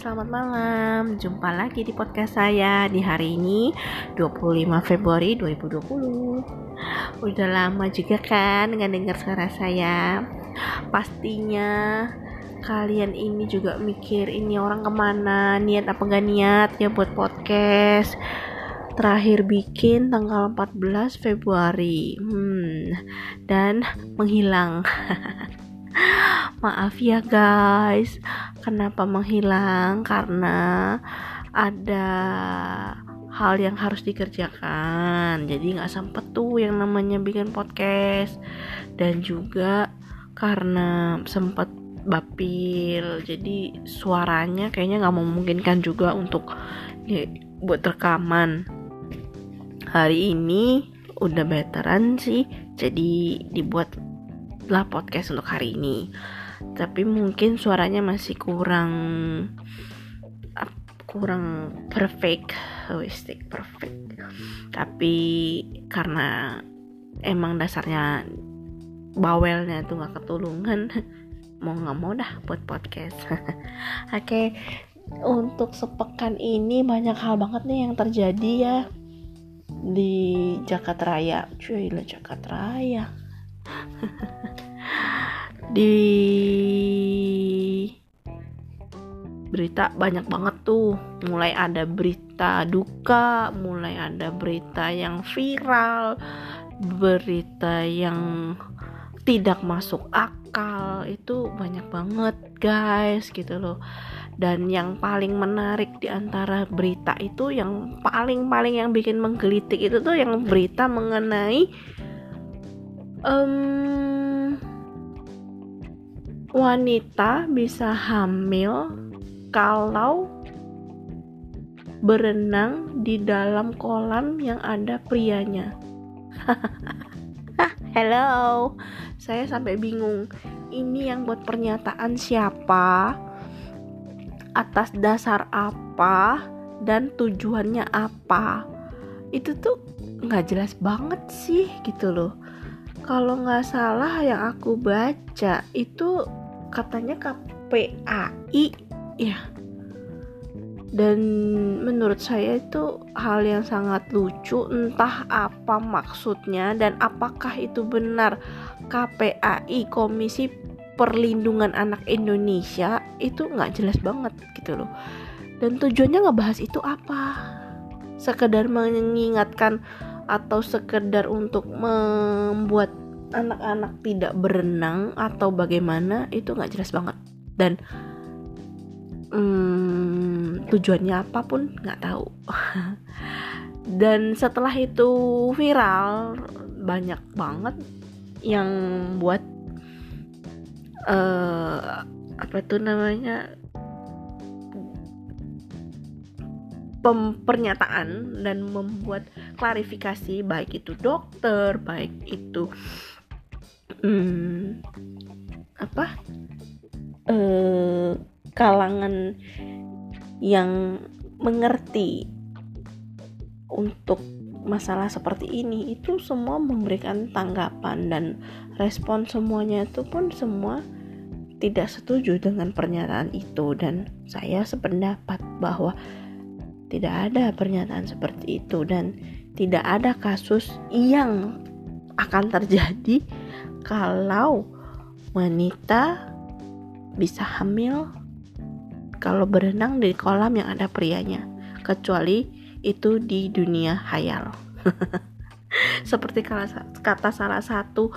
selamat malam. Jumpa lagi di podcast saya di hari ini 25 Februari 2020. Udah lama juga kan nggak dengar suara saya. Pastinya kalian ini juga mikir ini orang kemana, niat apa nggak niat ya buat podcast. Terakhir bikin tanggal 14 Februari dan menghilang. Maaf ya guys, kenapa menghilang? Karena ada hal yang harus dikerjakan, jadi gak sempet tuh yang namanya bikin podcast. Dan juga karena sempet bapil, jadi suaranya kayaknya gak memungkinkan juga untuk buat rekaman. Hari ini udah betteran sih, jadi dibuat lah podcast untuk hari ini. Tapi mungkin suaranya masih kurang perfect. Tapi karena emang dasarnya bawelnya tuh gak ketulungan, mau gak mau dah buat podcast. Oke, untuk sepekan ini banyak hal banget nih yang terjadi ya di Jakarta Raya. Jakarta Raya. Di berita banyak banget tuh, mulai ada berita duka, mulai ada berita yang viral, berita yang tidak masuk akal, itu banyak banget guys gitu loh. Dan yang paling menarik di antara berita itu, yang paling yang bikin menggelitik itu tuh yang berita mengenai wanita bisa hamil kalau berenang di dalam kolam yang ada prianya. Hello, saya sampai bingung. Ini yang buat pernyataan siapa? Atas dasar apa? Dan tujuannya apa? Itu tuh nggak jelas banget sih gitu loh. Kalau nggak salah yang aku baca itu katanya KPAI ya. Dan menurut saya itu hal yang sangat lucu, entah apa maksudnya dan apakah itu benar KPAI, Komisi Perlindungan Anak Indonesia, itu nggak jelas banget gitu loh. Dan tujuannya ngebahas itu apa? Sekedar mengingatkan atau sekedar untuk membuat anak-anak tidak berenang atau bagaimana, itu nggak jelas banget. Dan tujuannya apapun nggak tahu. Dan setelah itu viral, banyak banget yang buat pernyataan dan membuat klarifikasi, baik itu dokter, baik itu kalangan yang mengerti untuk masalah seperti ini, itu semua memberikan tanggapan dan respon semuanya itu pun semua tidak setuju dengan pernyataan itu. Dan saya sependapat bahwa tidak ada pernyataan seperti itu dan tidak ada kasus yang akan terjadi kalau wanita bisa hamil kalau berenang di kolam yang ada prianya, kecuali itu di dunia khayal. Seperti kata salah satu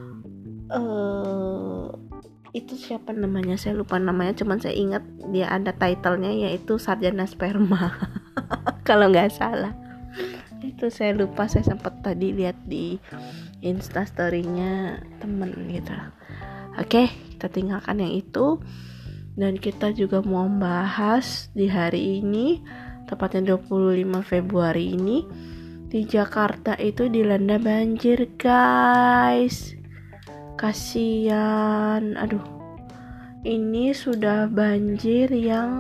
itu siapa namanya, saya lupa namanya, cuman saya ingat dia ada titlenya yaitu sarjana sperma. Kalau nggak salah itu, saya lupa, saya sempat tadi lihat di instastorynya temen gitu. Oke, kita tinggalkan yang itu. Dan kita juga mau bahas di hari ini, tepatnya 25 Februari ini, di Jakarta itu dilanda banjir guys. Kasian, aduh. Ini sudah banjir yang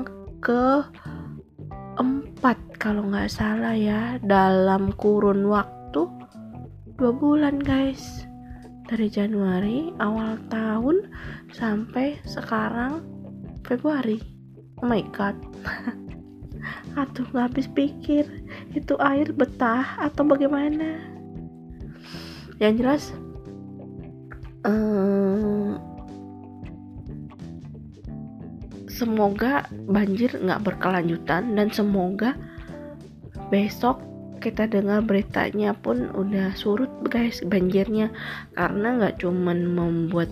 keempat kalau nggak salah ya, dalam kurun waktu 2 bulan guys. Dari Januari awal tahun sampai sekarang Februari. Oh my god. Aduh, gak habis pikir, itu air betah atau bagaimana? Yang jelas semoga banjir gak berkelanjutan, dan semoga besok kita dengar beritanya pun udah surut guys banjirnya. Karena gak cuman membuat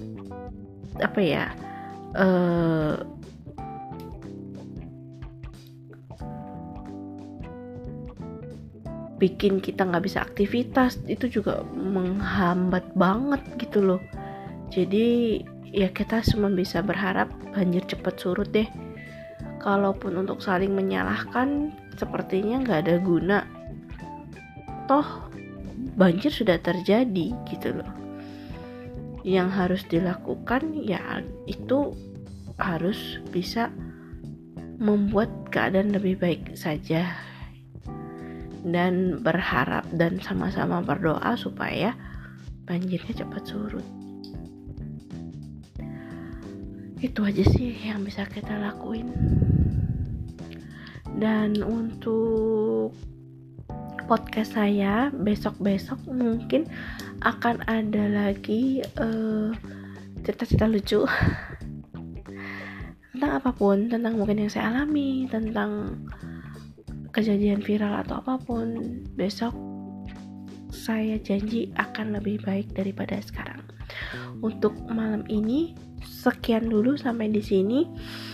bikin kita nggak bisa aktivitas, itu juga menghambat banget gitu loh. Jadi ya kita cuma bisa berharap banjir cepat surut deh. Kalaupun untuk saling menyalahkan sepertinya nggak ada guna, toh banjir sudah terjadi gitu loh. Yang harus dilakukan ya itu harus bisa membuat keadaan lebih baik saja, dan berharap dan sama-sama berdoa supaya banjirnya cepat surut. Itu aja sih yang bisa kita lakuin. Dan untuk podcast saya besok-besok mungkin akan ada lagi cerita-cerita lucu tentang apapun, tentang mungkin yang saya alami, tentang kejadian viral atau apapun. Besok saya janji akan lebih baik daripada sekarang. Untuk malam ini sekian dulu, sampai di sini.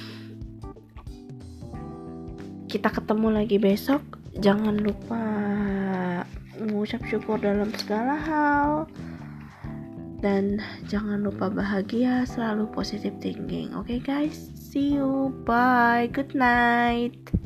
Kita ketemu lagi besok. Jangan lupa mengucap syukur dalam segala hal, dan jangan lupa bahagia, selalu positive thinking. Okay guys, see you, bye, good night.